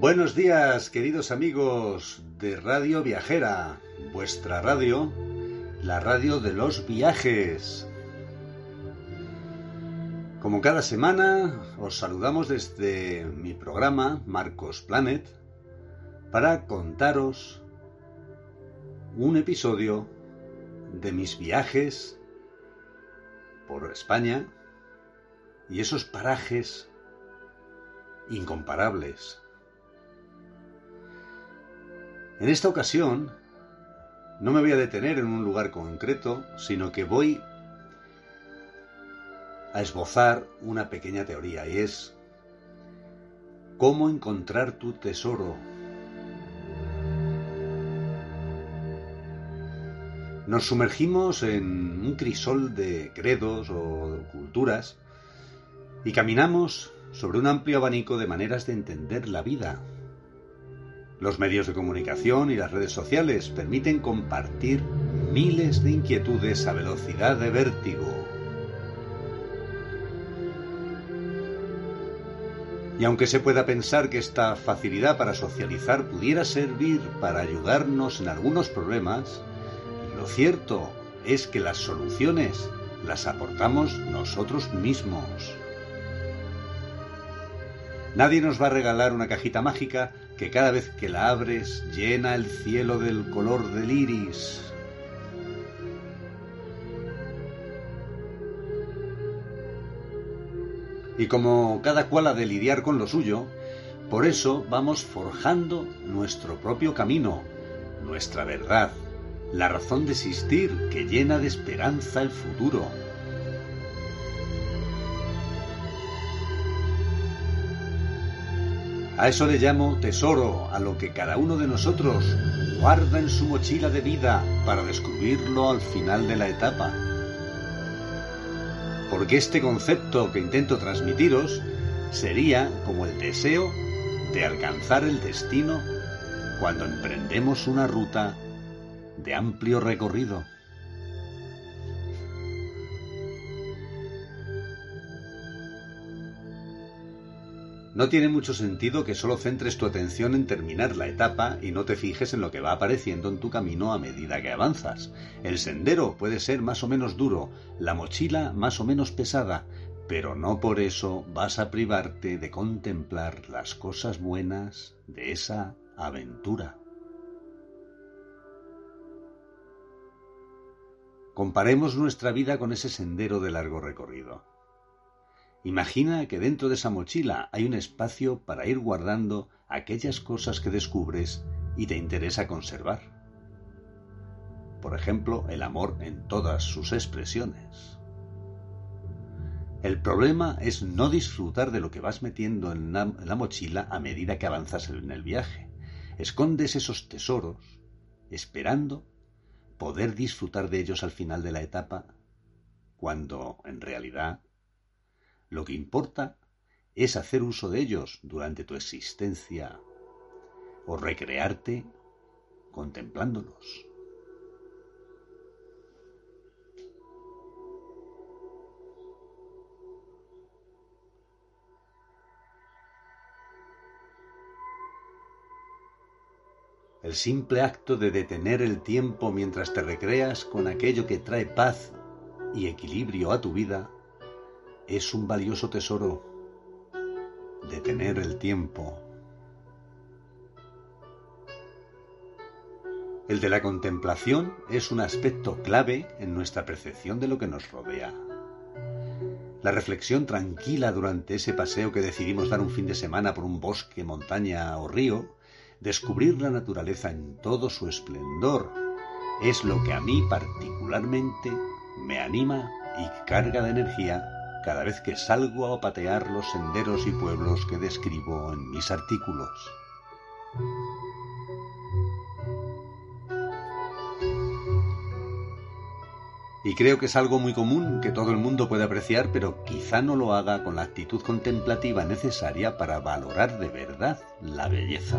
Buenos días, queridos amigos de Radio Viajera, vuestra radio, la radio de los viajes. Como cada semana, os saludamos desde mi programa Marcos Planet para contaros un episodio de mis viajes por España y esos parajes incomparables. En esta ocasión no me voy a detener en un lugar concreto, sino que voy a esbozar una pequeña teoría, y es cómo encontrar tu tesoro. Nos sumergimos en un crisol de credos o culturas y caminamos sobre un amplio abanico de maneras de entender la vida. Los medios de comunicación y las redes sociales permiten compartir miles de inquietudes a velocidad de vértigo. Y aunque se pueda pensar que esta facilidad para socializar pudiera servir para ayudarnos en algunos problemas, lo cierto es que las soluciones las aportamos nosotros mismos. Nadie nos va a regalar una cajita mágica que cada vez que la abres llena el cielo del color del iris. Y como cada cual ha de lidiar con lo suyo, por eso vamos forjando nuestro propio camino, nuestra verdad, la razón de existir que llena de esperanza el futuro. A eso le llamo tesoro, a lo que cada uno de nosotros guarda en su mochila de vida para descubrirlo al final de la etapa. Porque este concepto que intento transmitiros sería como el deseo de alcanzar el destino cuando emprendemos una ruta de amplio recorrido. No tiene mucho sentido que solo centres tu atención en terminar la etapa y no te fijes en lo que va apareciendo en tu camino a medida que avanzas. El sendero puede ser más o menos duro, la mochila más o menos pesada, pero no por eso vas a privarte de contemplar las cosas buenas de esa aventura. Comparemos nuestra vida con ese sendero de largo recorrido. Imagina que dentro de esa mochila hay un espacio para ir guardando aquellas cosas que descubres y te interesa conservar. Por ejemplo, el amor en todas sus expresiones. El problema es no disfrutar de lo que vas metiendo en la mochila a medida que avanzas en el viaje. Escondes esos tesoros esperando poder disfrutar de ellos al final de la etapa, cuando en realidad lo que importa es hacer uso de ellos durante tu existencia o recrearte contemplándolos. El simple acto de detener el tiempo mientras te recreas con aquello que trae paz y equilibrio a tu vida es un valioso tesoro. Detener el tiempo. El de la contemplación es un aspecto clave en nuestra percepción de lo que nos rodea. La reflexión tranquila durante ese paseo que decidimos dar un fin de semana por un bosque, montaña o río, descubrir la naturaleza en todo su esplendor, es lo que a mí particularmente me anima y carga de energía cada vez que salgo a patear los senderos y pueblos que describo en mis artículos. Y creo que es algo muy común que todo el mundo puede apreciar, pero quizá no lo haga con la actitud contemplativa necesaria para valorar de verdad la belleza.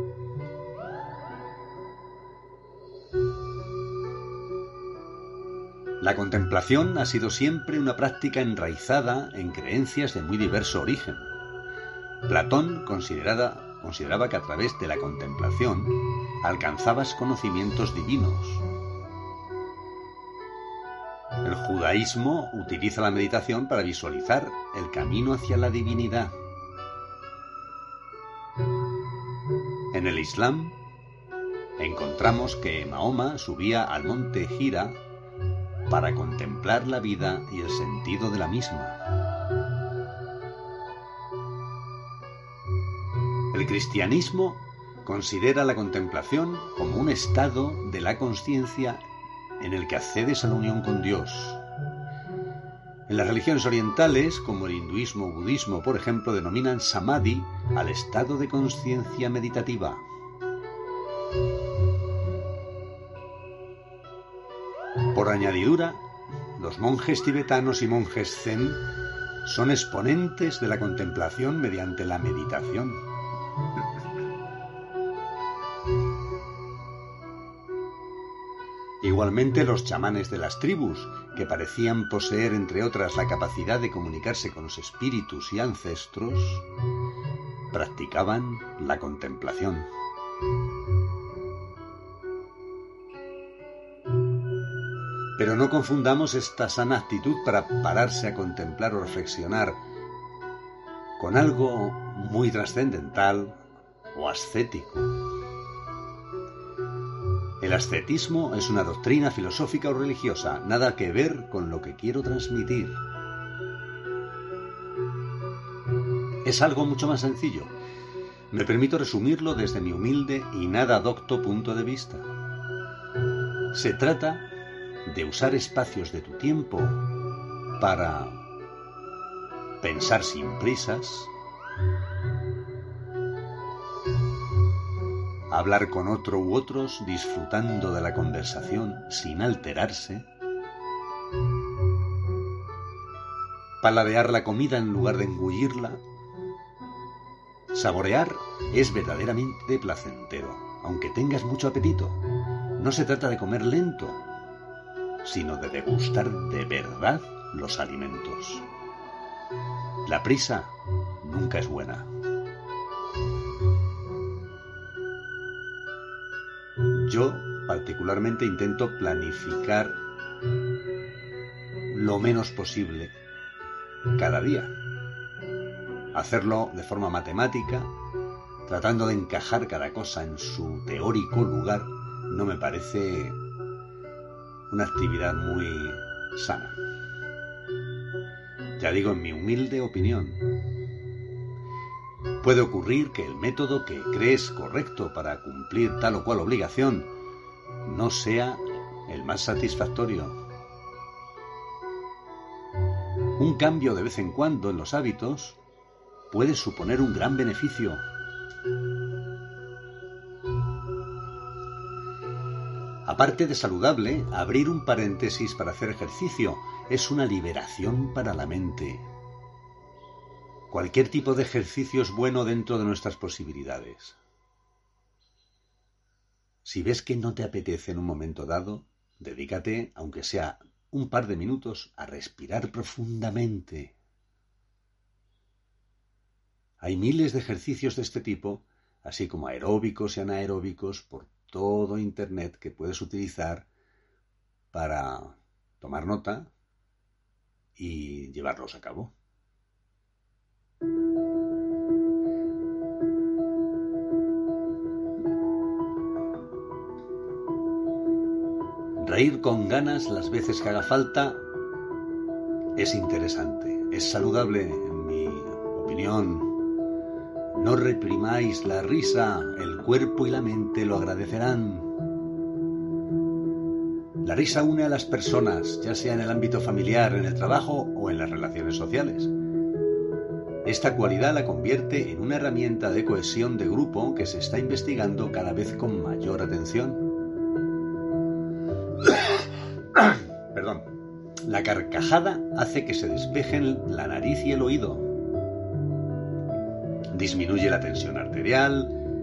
La contemplación ha sido siempre una práctica enraizada en creencias de muy diverso origen. Platón consideraba consideraba que a través de la contemplación alcanzabas conocimientos divinos. El judaísmo utiliza la meditación para visualizar el camino hacia la divinidad. En el Islam encontramos que Mahoma subía al monte Hira para contemplar la vida y el sentido de la misma. El cristianismo considera la contemplación como un estado de la consciencia en el que accedes a la unión con Dios. En las religiones orientales, como el hinduismo o budismo, por ejemplo, denominan samadhi al estado de consciencia meditativa. Por añadidura, los monjes tibetanos y monjes zen son exponentes de la contemplación mediante la meditación. Igualmente, los chamanes de las tribus, que parecían poseer, entre otras, la capacidad de comunicarse con los espíritus y ancestros, practicaban la contemplación. Pero no confundamos esta sana actitud para pararse a contemplar o reflexionar con algo muy trascendental o ascético. El ascetismo es una doctrina filosófica o religiosa, nada que ver con lo que quiero transmitir. Es algo mucho más sencillo. Me permito resumirlo desde mi humilde y nada docto punto de vista. Se trata de usar espacios de tu tiempo para pensar sin prisas, hablar con otro u otros disfrutando de la conversación sin alterarse, paladear la comida en lugar de engullirla. Saborear es verdaderamente placentero, aunque tengas mucho apetito. No se trata de comer lento, sino de degustar de verdad los alimentos. La prisa nunca es buena. Yo particularmente intento planificar lo menos posible cada día. Hacerlo de forma matemática, tratando de encajar cada cosa en su teórico lugar, no me parece una actividad muy sana. Ya digo, en mi humilde opinión. Puede ocurrir que el método que crees correcto para cumplir tal o cual obligación no sea el más satisfactorio. Un cambio de vez en cuando en los hábitos puede suponer un gran beneficio. Aparte de saludable, abrir un paréntesis para hacer ejercicio es una liberación para la mente. Cualquier tipo de ejercicio es bueno dentro de nuestras posibilidades. Si ves que no te apetece en un momento dado, dedícate, aunque sea un par de minutos, a respirar profundamente. Hay miles de ejercicios de este tipo, así como aeróbicos y anaeróbicos, por todo Internet que puedes utilizar para tomar nota y llevarlos a cabo. Reír con ganas las veces que haga falta es interesante, es saludable en mi opinión. No reprimáis la risa, el cuerpo y la mente lo agradecerán. La risa une a las personas, ya sea en el ámbito familiar, en el trabajo o en las relaciones sociales. Esta cualidad la convierte en una herramienta de cohesión de grupo que se está investigando cada vez con mayor atención. Perdón. La carcajada hace que se despejen la nariz y el oído. Disminuye la tensión arterial,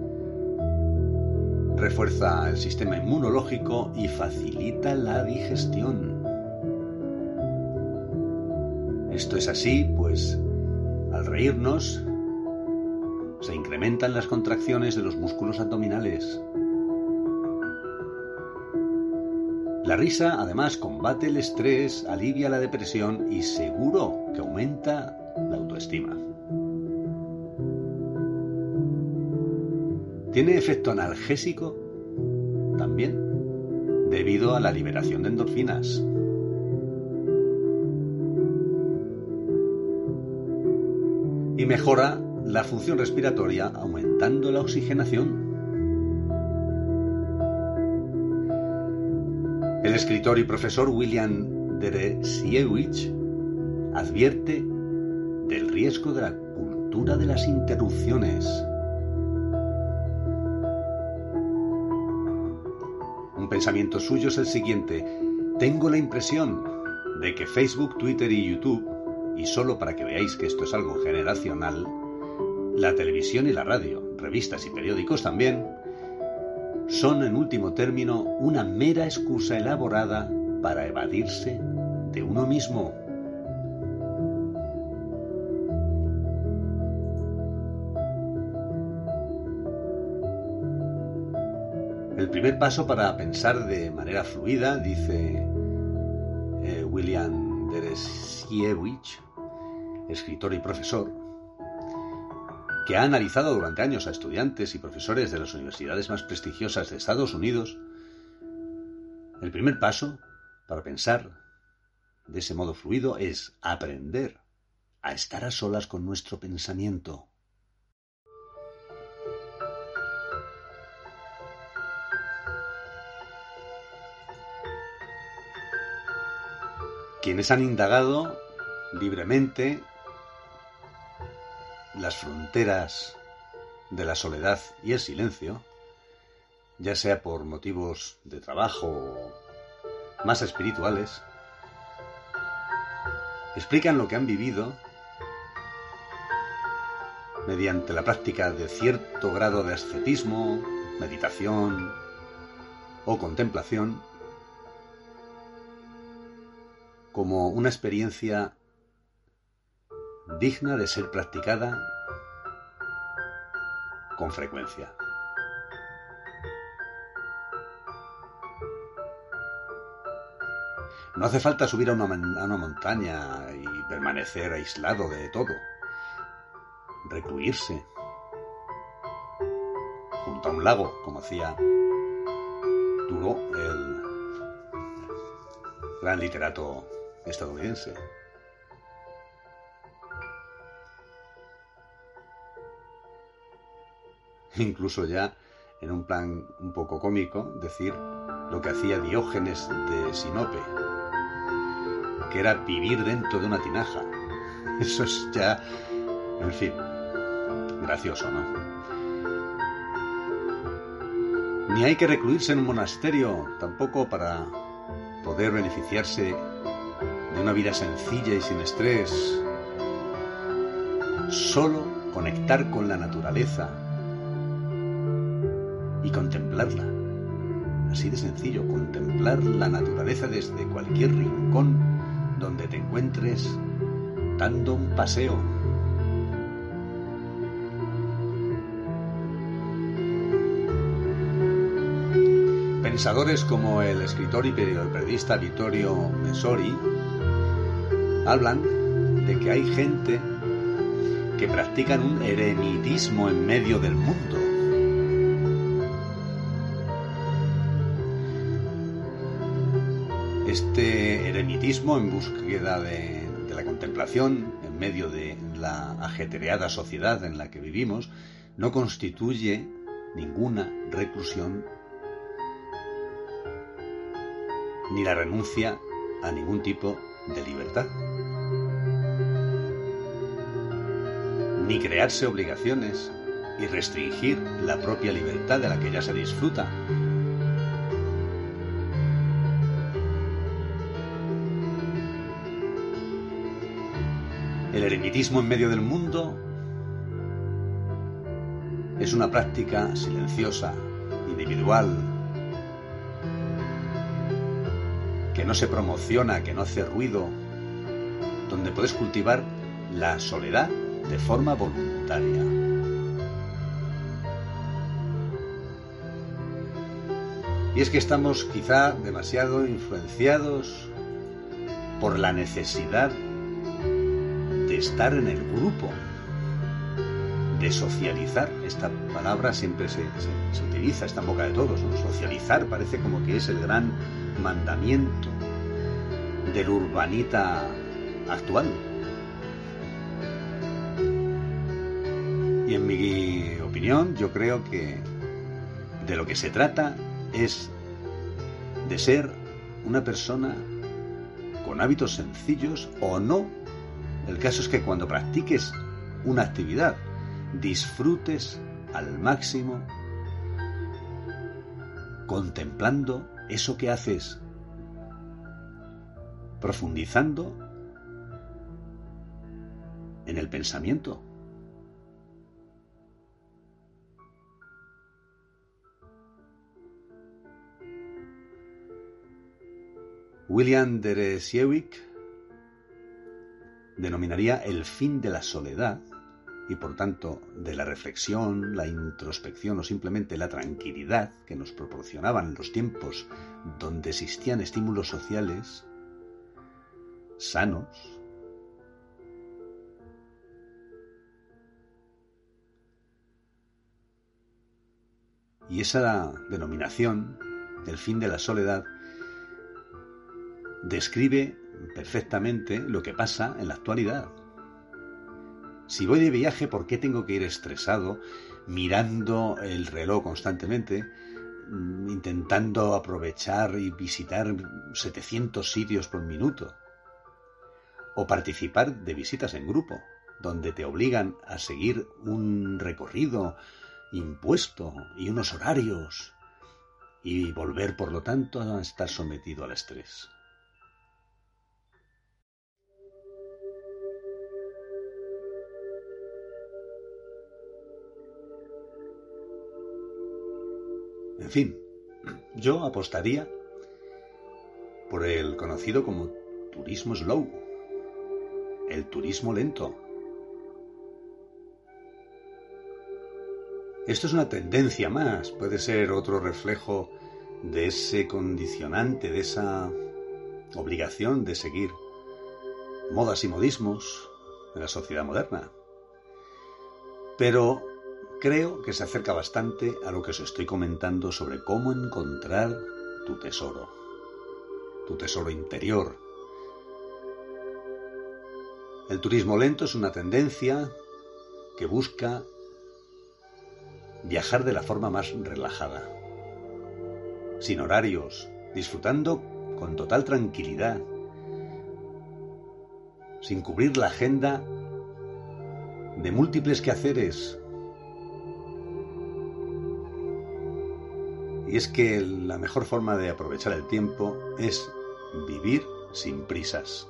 refuerza el sistema inmunológico y facilita la digestión. Esto es así, pues al reírnos Se incrementan las contracciones de los músculos abdominales. La risa, además, combate el estrés, alivia la depresión y seguro que aumenta la autoestima. Tiene efecto analgésico también, debido a la liberación de endorfinas. Y mejora la función respiratoria, aumentando la oxigenación. El escritor y profesor William Deresiewicz advierte del riesgo de la cultura de las interrupciones. Un pensamiento suyo es el siguiente: tengo la impresión de que Facebook, Twitter y YouTube, y solo para que veáis que esto es algo generacional, la televisión y la radio, revistas y periódicos también, son en último término una mera excusa elaborada para evadirse de uno mismo. El primer paso para pensar de manera fluida, dice William Deresiewicz, escritor y profesor, que ha analizado durante años a estudiantes y profesores de las universidades más prestigiosas de Estados Unidos, el primer paso para pensar de ese modo fluido es aprender a estar a solas con nuestro pensamiento. Quienes han indagado libremente las fronteras de la soledad y el silencio, ya sea por motivos de trabajo o más espirituales, explican lo que han vivido mediante la práctica de cierto grado de ascetismo, meditación o contemplación, como una experiencia digna de ser practicada con frecuencia. No hace falta subir a una montaña y permanecer aislado de todo. Recluirse junto a un lago, como hacía Thoreau, el gran literato estadounidense. Incluso ya, en un plan un poco cómico, decir lo que hacía Diógenes de Sinope, que era vivir dentro de una tinaja. Eso es ya, en fin, gracioso, ¿no? Ni hay que recluirse en un monasterio tampoco para poder beneficiarse de una vida sencilla y sin estrés. Solo conectar con la naturaleza y contemplarla. Así de sencillo, contemplar la naturaleza desde cualquier rincón donde te encuentres dando un paseo. Pensadores como el escritor y periodista Vittorio Messori hablan de que hay gente que practican un eremitismo en medio del mundo. Este eremitismo en búsqueda de la contemplación en medio de la ajetreada sociedad en la que vivimos no constituye ninguna reclusión ni la renuncia a ningún tipo de libertad, ni crearse obligaciones y restringir la propia libertad de la que ya se disfruta. El eremitismo en medio del mundo es una práctica silenciosa, individual, que no se promociona, que no hace ruido, donde puedes cultivar la soledad de forma voluntaria. Y es que estamos quizá demasiado influenciados por la necesidad de estar en el grupo, de socializar. Esta palabra siempre se utiliza, está en boca de todos, ¿no? Socializar parece como que es el gran mandamiento del urbanita actual. Y en mi opinión, yo creo que de lo que se trata es de ser una persona con hábitos sencillos o no. El caso es que cuando practiques una actividad, disfrutes al máximo contemplando eso que haces, profundizando en el pensamiento. William Deresiewicz denominaría el fin de la soledad y por tanto de la reflexión, la introspección o simplemente la tranquilidad que nos proporcionaban los tiempos donde existían estímulos sociales sanos, y esa denominación, el fin de la soledad, describe perfectamente lo que pasa en la actualidad. Si voy de viaje, ¿por qué tengo que ir estresado, mirando el reloj constantemente, intentando aprovechar y visitar 700 sitios por minuto? O participar de visitas en grupo, donde te obligan a seguir un recorrido impuesto y unos horarios, y volver, por lo tanto, a estar sometido al estrés. En fin, yo apostaría por el conocido como turismo slow, el turismo lento. Esto es una tendencia más, puede ser otro reflejo de ese condicionante, de esa obligación de seguir modas y modismos en la sociedad moderna. Pero creo que se acerca bastante a lo que os estoy comentando sobre cómo encontrar tu tesoro interior. El turismo lento es una tendencia que busca viajar de la forma más relajada, sin horarios, disfrutando con total tranquilidad, sin cubrir la agenda de múltiples quehaceres. Y es que la mejor forma de aprovechar el tiempo es vivir sin prisas.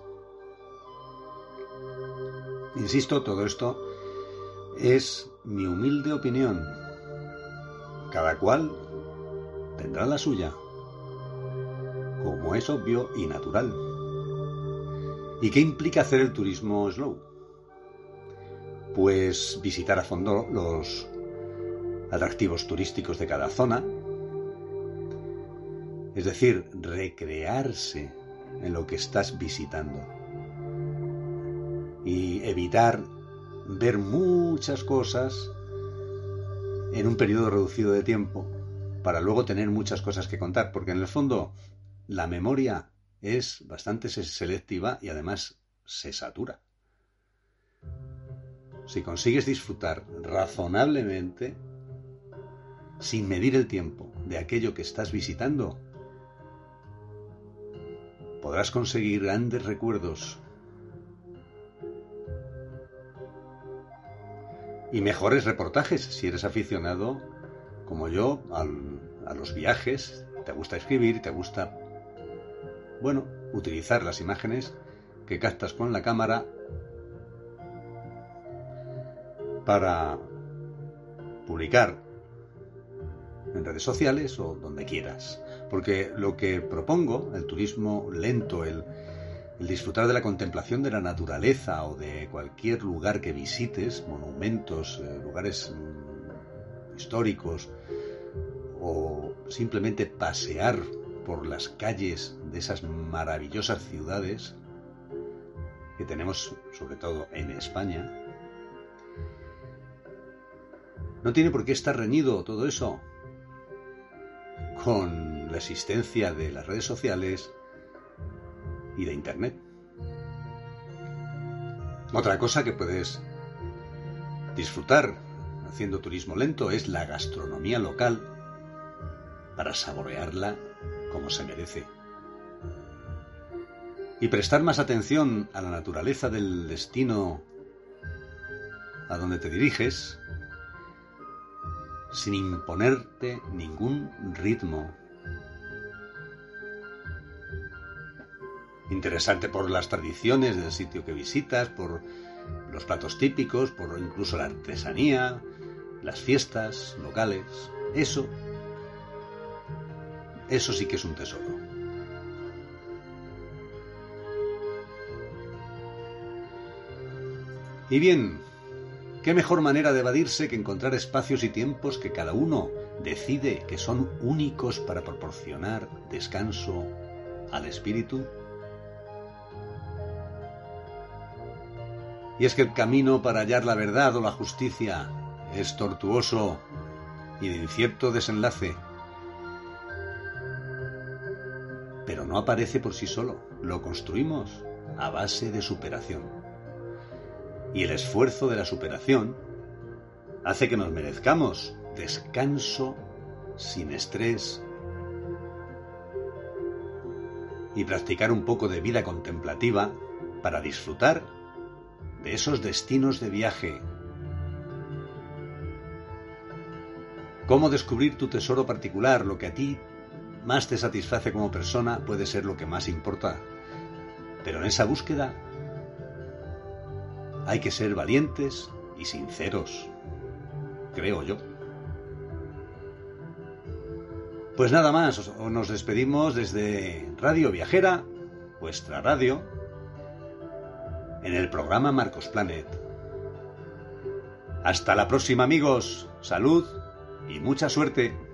Insisto, todo esto es mi humilde opinión. Cada cual tendrá la suya, como es obvio y natural. ¿Y qué implica hacer el turismo slow? Pues visitar a fondo los atractivos turísticos de cada zona, es decir, recrearse en lo que estás visitando y evitar ver muchas cosas en un periodo reducido de tiempo para luego tener muchas cosas que contar, porque en el fondo la memoria es bastante selectiva y además se satura. Si consigues disfrutar razonablemente, sin medir el tiempo de aquello que estás visitando, podrás conseguir grandes recuerdos y mejores reportajes si eres aficionado, como yo, a los viajes. Te gusta escribir, te gusta, utilizar las imágenes que captas con la cámara para publicar en redes sociales o donde quieras. Porque lo que propongo, el turismo lento, el disfrutar de la contemplación de la naturaleza o de cualquier lugar que visites, monumentos, lugares históricos o simplemente pasear por las calles de esas maravillosas ciudades que tenemos, sobre todo en España, no tiene por qué estar reñido todo eso con la existencia de las redes sociales y de Internet. Otra cosa que puedes disfrutar haciendo turismo lento es la gastronomía local para saborearla como se merece. Y prestar más atención a la naturaleza del destino a donde te diriges, sin imponerte ningún ritmo. Interesarte por las tradiciones del sitio que visitas, por los platos típicos, por incluso la artesanía, las fiestas locales. Eso sí que es un tesoro. Y bien, ¿qué mejor manera de evadirse que encontrar espacios y tiempos que cada uno decide que son únicos para proporcionar descanso al espíritu? Y es que el camino para hallar la verdad o la justicia es tortuoso y de incierto desenlace. Pero no aparece por sí solo, lo construimos a base de superación. Y el esfuerzo de la superación hace que nos merezcamos descanso sin estrés y practicar un poco de vida contemplativa para disfrutar de esos destinos de viaje. Cómo descubrir tu tesoro particular, lo que a ti más te satisface como persona, puede ser lo que más importa. Pero en esa búsqueda hay que ser valientes y sinceros, creo yo. Pues nada más, nos despedimos desde Radio Viajera, vuestra radio, en el programa Marcos Planet. Hasta la próxima, amigos. Salud y mucha suerte.